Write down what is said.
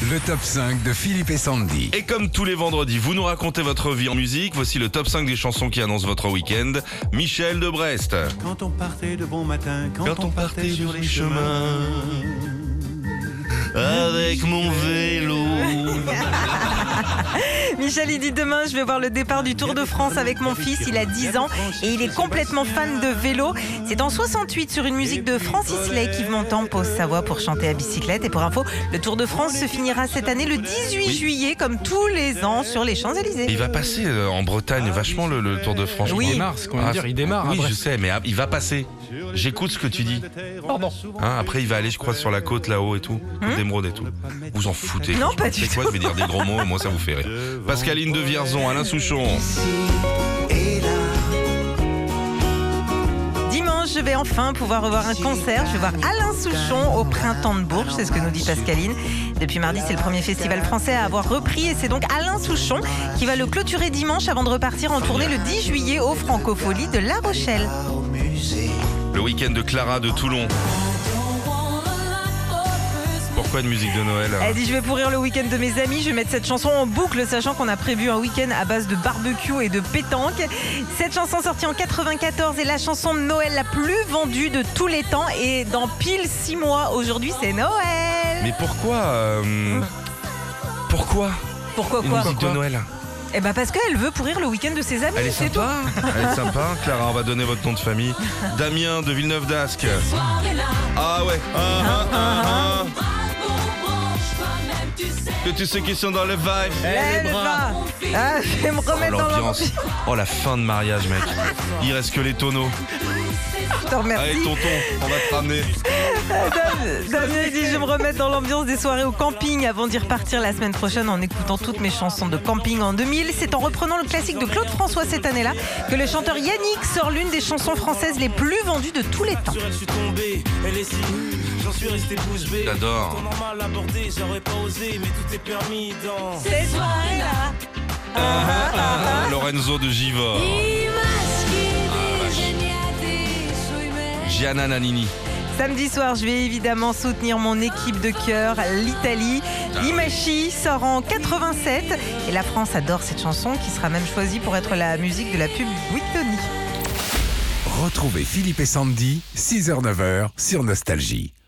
Le top 5 de Philippe et Sandy. Et comme tous les vendredis, vous nous racontez votre vie en musique. Voici le top 5 des chansons qui annoncent votre week-end. Michel de Brest. Quand on partait de bon matin, Quand on partait sur les chemins, avec mon vélo. Michel, il dit demain, je vais voir le départ du Tour de France avec mon fils. Il a 10 ans et il est complètement fan de vélo. C'est en 68 sur une musique de Francis Lay qui monte en Pau-Savoie pour chanter à bicyclette. Et pour info, le Tour de France se finira cette année le 18 juillet, comme tous les ans, sur les Champs-Élysées. Il va passer en Bretagne vachement le Tour de France. Oui. Il démarre, ce qu'on vient de dire, il démarre. Oui, après. je sais, mais il va passer. J'écoute ce que tu dis. Pardon. Après, il va aller, je crois, sur la côte là-haut et tout. Côte d'Émeraude et tout. Vous en foutez. Non, pas du C'est quoi, tout. je vais dire des gros mots et moi, ça vous fait rire. Pascaline de Vierzon, Alain Souchon. Dimanche, je vais enfin pouvoir revoir un concert. Je vais voir Alain Souchon au Printemps de Bourges, c'est ce que nous dit Pascaline. Depuis mardi, c'est le premier festival français à avoir repris et c'est donc Alain Souchon qui va le clôturer dimanche avant de repartir en tournée le 10 juillet au Francophonie de La Rochelle. Le week-end de Clara de Toulon. Pourquoi une musique de Noël? Elle dit je vais pourrir le week-end de mes amis, je vais mettre cette chanson en boucle sachant qu'on a prévu un week-end à base de barbecue et de pétanque. Cette chanson sortie en 94 est la chanson de Noël la plus vendue de tous les temps et dans pile 6 mois aujourd'hui c'est Noël. Mais pourquoi Pourquoi Pourquoi une quoi musique de Noël? Eh ben parce qu'elle veut pourrir le week-end de ses amis, Elle est c'est tout. sympa. Elle est sympa. Clara, on va donner votre nom de famille. Damien de Villeneuve d'Ascq. Ah ouais. Que tu sais qu'ils sont dans le vibe. Elle va. Ah, je vais me remettre dans l'ambiance. Oh, la fin de mariage, mec. Il reste que les tonneaux. Je te remercie. Allez, tonton, on va te ramener. Damien dit je vais me remettre dans l'ambiance des soirées au camping avant d'y repartir la semaine prochaine en écoutant toutes mes chansons de camping en 2000. C'est en reprenant le classique de Claude François cette année-là que le chanteur Yannick sort l'une des chansons françaises les plus vendues de tous les temps. Je suis tombé, elle est si j'en suis resté bouche bée. J'adore. Temps normal abordé, j'aurais pas osé, mais tout est permis dans Ces soirées-là. Lorenzo de Givor. Gianna Nannini. Samedi soir, je vais évidemment soutenir mon équipe de cœur, l'Italie. Imachi sort en 87 et la France adore cette chanson qui sera même choisie pour être la musique de la pub Whitney. Retrouvez Philippe et Sandy, 6h-9h sur Nostalgie.